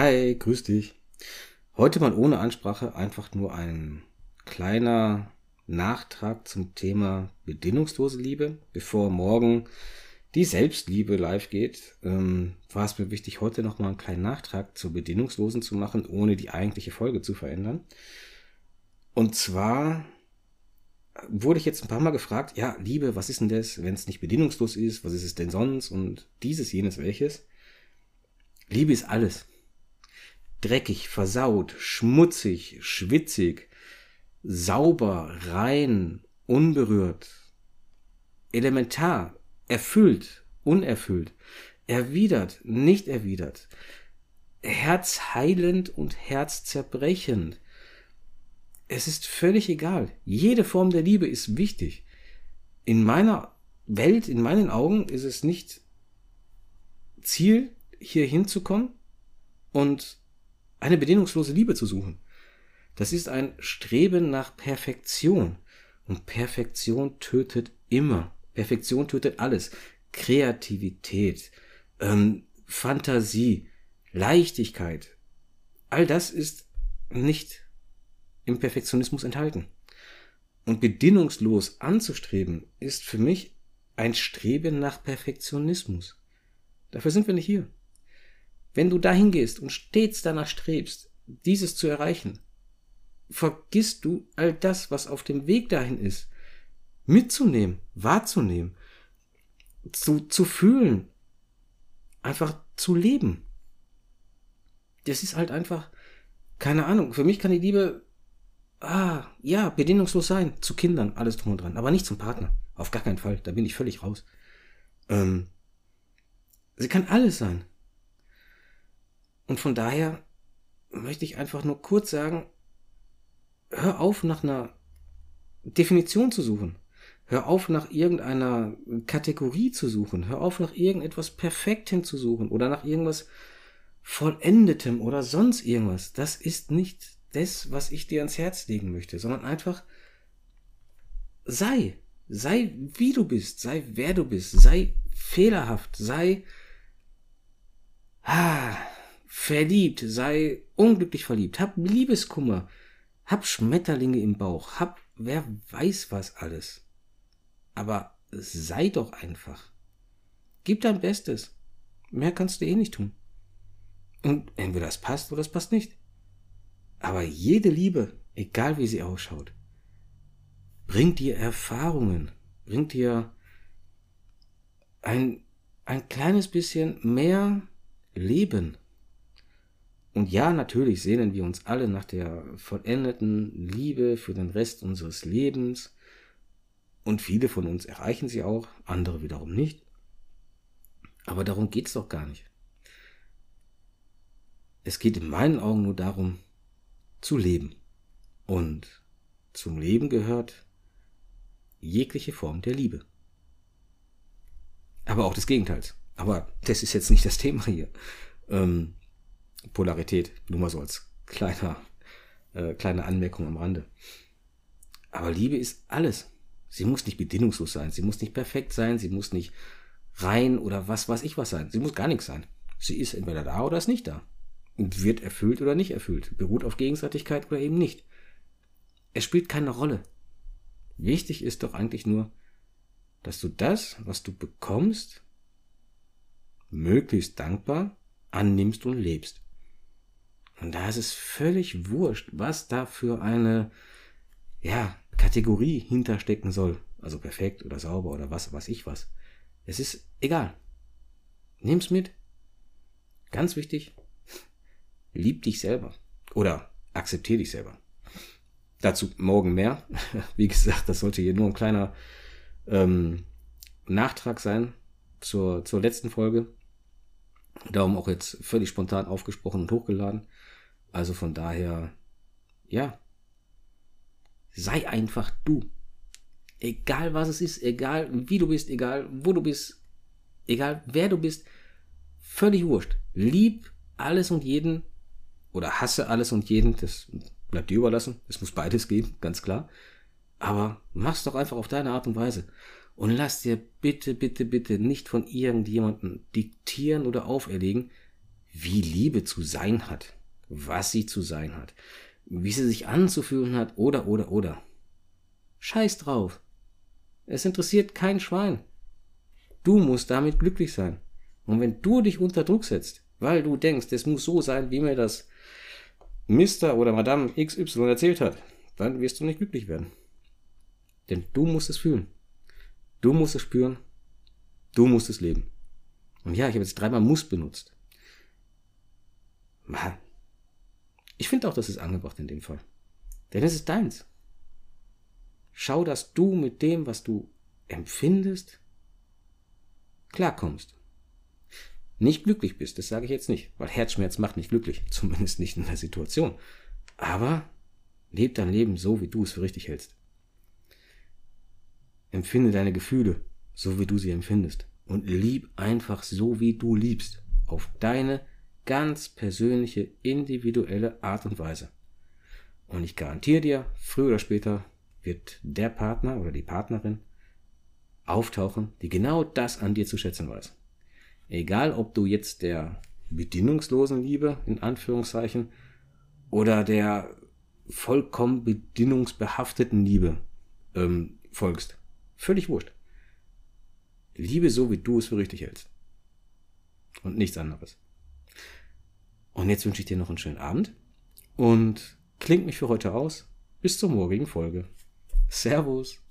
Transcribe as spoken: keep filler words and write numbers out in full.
Hi, grüß dich. Heute mal ohne Ansprache, einfach nur ein kleiner Nachtrag zum Thema bedingungslose Liebe. Bevor morgen die Selbstliebe live geht, ähm, war es mir wichtig, heute nochmal einen kleinen Nachtrag zur Bedingungslosen zu machen, ohne die eigentliche Folge zu verändern. Und zwar wurde ich jetzt ein paar Mal gefragt, ja, Liebe, was ist denn das, wenn es nicht bedingungslos ist? Was ist es denn sonst? Und dieses, jenes, welches? Liebe ist alles. Dreckig, versaut, schmutzig, schwitzig, sauber, rein, unberührt, elementar, erfüllt, unerfüllt, erwidert, nicht erwidert, herzheilend und herzzerbrechend. Es ist völlig egal. Jede Form der Liebe ist wichtig. In meiner Welt, in meinen Augen ist es nicht Ziel, hier hinzukommen und eine bedingungslose Liebe zu suchen. Das ist ein Streben nach Perfektion. Und Perfektion tötet immer. Perfektion tötet alles. Kreativität, ähm, Fantasie, Leichtigkeit. All das ist nicht im Perfektionismus enthalten. Und bedingungslos anzustreben, ist für mich ein Streben nach Perfektionismus. Dafür sind wir nicht hier. Wenn du dahin gehst und stets danach strebst, dieses zu erreichen, vergisst du all das, was auf dem Weg dahin ist, mitzunehmen, wahrzunehmen, zu, zu fühlen, einfach zu leben. Das ist halt einfach, keine Ahnung, für mich kann die Liebe, ah, ja, bedingungslos sein, zu Kindern, alles drum und dran, aber nicht zum Partner, auf gar keinen Fall, da bin ich völlig raus. Ähm, sie kann alles sein. Und von daher möchte ich einfach nur kurz sagen, hör auf, nach einer Definition zu suchen. Hör auf, nach irgendeiner Kategorie zu suchen. Hör auf, nach irgendetwas Perfektem zu suchen oder nach irgendwas Vollendetem oder sonst irgendwas. Das ist nicht das, was ich dir ans Herz legen möchte, sondern einfach sei. Sei, wie du bist. Sei, wer du bist. Sei fehlerhaft. Sei ah, verliebt, sei unglücklich verliebt, hab Liebeskummer, hab Schmetterlinge im Bauch, hab wer weiß was alles. Aber sei doch einfach. Gib dein Bestes. Mehr kannst du eh nicht tun. Und entweder es passt oder es passt nicht. Aber jede Liebe, egal wie sie ausschaut, bringt dir Erfahrungen, bringt dir ein, ein kleines bisschen mehr Leben. Und ja, natürlich sehnen wir uns alle nach der vollendeten Liebe für den Rest unseres Lebens. Und viele von uns erreichen sie auch, andere wiederum nicht. Aber darum geht es doch gar nicht. Es geht in meinen Augen nur darum, zu leben. Und zum Leben gehört jegliche Form der Liebe. Aber auch des Gegenteils. Aber das ist jetzt nicht das Thema hier. Ähm, Polarität, nur mal so als kleiner, äh, kleine Anmerkung am Rande. Aber Liebe ist alles. Sie muss nicht bedingungslos sein, sie muss nicht perfekt sein, sie muss nicht rein oder was weiß ich was sein. Sie muss gar nichts sein. Sie ist entweder da oder ist nicht da. Und wird erfüllt oder nicht erfüllt. Beruht auf Gegenseitigkeit oder eben nicht. Es spielt keine Rolle. Wichtig ist doch eigentlich nur, dass du das, was du bekommst, möglichst dankbar annimmst und lebst. Und da ist es völlig wurscht, was da für eine ja, Kategorie hinterstecken soll. Also perfekt oder sauber oder was weiß ich was. Es ist egal. Nimm's mit. Ganz wichtig, lieb dich selber. Oder akzeptier dich selber. Dazu morgen mehr. Wie gesagt, das sollte hier nur ein kleiner ähm, Nachtrag sein zur, zur letzten Folge. Darum auch jetzt völlig spontan aufgesprochen und hochgeladen. Also von daher, ja, sei einfach du. Egal was es ist, egal wie du bist, egal wo du bist, egal wer du bist, völlig wurscht. Lieb alles und jeden oder hasse alles und jeden, das bleibt dir überlassen. Es muss beides geben, ganz klar. Aber mach's doch einfach auf deine Art und Weise. Und lass dir bitte, bitte, bitte nicht von irgendjemandem diktieren oder auferlegen, wie Liebe zu sein hat, was sie zu sein hat, wie sie sich anzufühlen hat, oder, oder, oder. Scheiß drauf. Es interessiert kein Schwein. Du musst damit glücklich sein. Und wenn du dich unter Druck setzt, weil du denkst, es muss so sein, wie mir das Mister oder Madame X Y erzählt hat, dann wirst du nicht glücklich werden. Denn du musst es fühlen. Du musst es spüren. Du musst es leben. Und ja, ich habe jetzt dreimal muss benutzt. Ich finde auch, das ist angebracht in dem Fall. Denn es ist deins. Schau, dass du mit dem, was du empfindest, klarkommst. Nicht glücklich bist, das sage ich jetzt nicht, weil Herzschmerz macht nicht glücklich, zumindest nicht in der Situation. Aber leb dein Leben so, wie du es für richtig hältst. Empfinde deine Gefühle, so wie du sie empfindest. Und lieb einfach so, wie du liebst. Auf deine ganz persönliche, individuelle Art und Weise. Und ich garantiere dir, früher oder später wird der Partner oder die Partnerin auftauchen, die genau das an dir zu schätzen weiß. Egal, ob du jetzt der bedingungslosen Liebe, in Anführungszeichen, oder der vollkommen bedingungsbehafteten Liebe ähm, folgst. Völlig wurscht. Liebe so, wie du es für richtig hältst. Und nichts anderes. Und jetzt wünsche ich dir noch einen schönen Abend und klingt mich für heute aus. Bis zur morgigen Folge. Servus.